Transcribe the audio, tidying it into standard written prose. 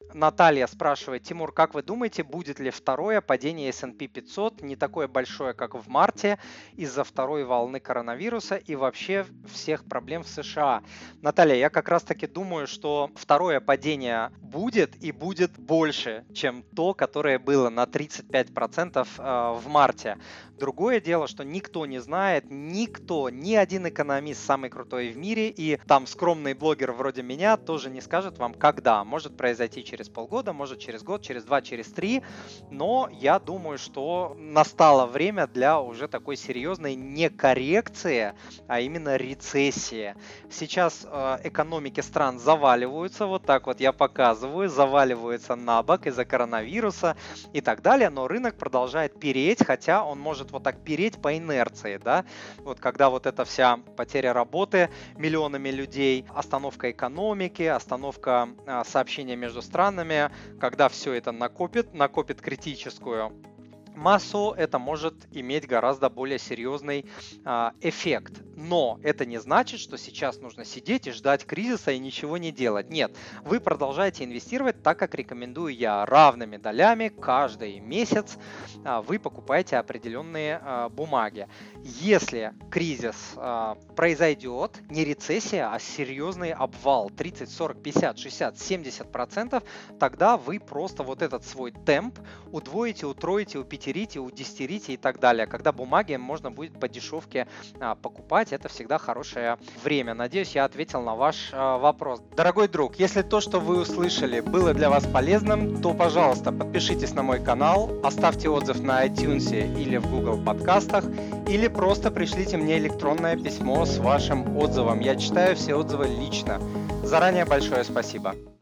Наталья спрашивает: Тимур, как вы думаете, будет ли второе падение S&P 500 не такое большое, как в марте, из-за второй волны коронавируса и вообще всех проблем в США? Наталья, я как раз-таки думаю, что второе падение будет и будет больше, чем то, которое было на 35% в марте. Другое дело, что никто не знает, никто, ни один экономист самый крутой в мире, и там скромный блогер вроде меня тоже не скажет вам, когда. Может произойти через полгода, может через год, через два, через три, но я думаю, что настало время для уже такой серьезной не коррекции, а именно рецессии. Сейчас экономики стран заваливаются, вот так вот я показываю, заваливаются на бок из-за коронавируса и так далее, но рынок продолжает переть, хотя он может вот так переть по инерции, да, вот когда вот эта вся потеря работы миллионами людей, остановка экономики, остановка сообщения между странами, когда все это накопит критическую массу, это может иметь гораздо более серьезный эффект. Но это не значит, что сейчас нужно сидеть и ждать кризиса и ничего не делать. Нет, вы продолжаете инвестировать так, как рекомендую я, равными долями каждый месяц вы покупаете определенные бумаги. Если кризис произойдет, не рецессия, а серьезный обвал 30, 40, 50, 60, 70%, тогда вы просто вот этот свой темп удвоите, утроите, упятерите, удесятерите и так далее. Когда бумаги можно будет по дешевке покупать, это всегда хорошее время. Надеюсь, я ответил на ваш вопрос. Дорогой друг, если то, что вы услышали, было для вас полезным, то, пожалуйста, подпишитесь на мой канал, оставьте отзыв на iTunes или в Google подкастах, или просто пришлите мне электронное письмо с вашим отзывом. Я читаю все отзывы лично. Заранее большое спасибо.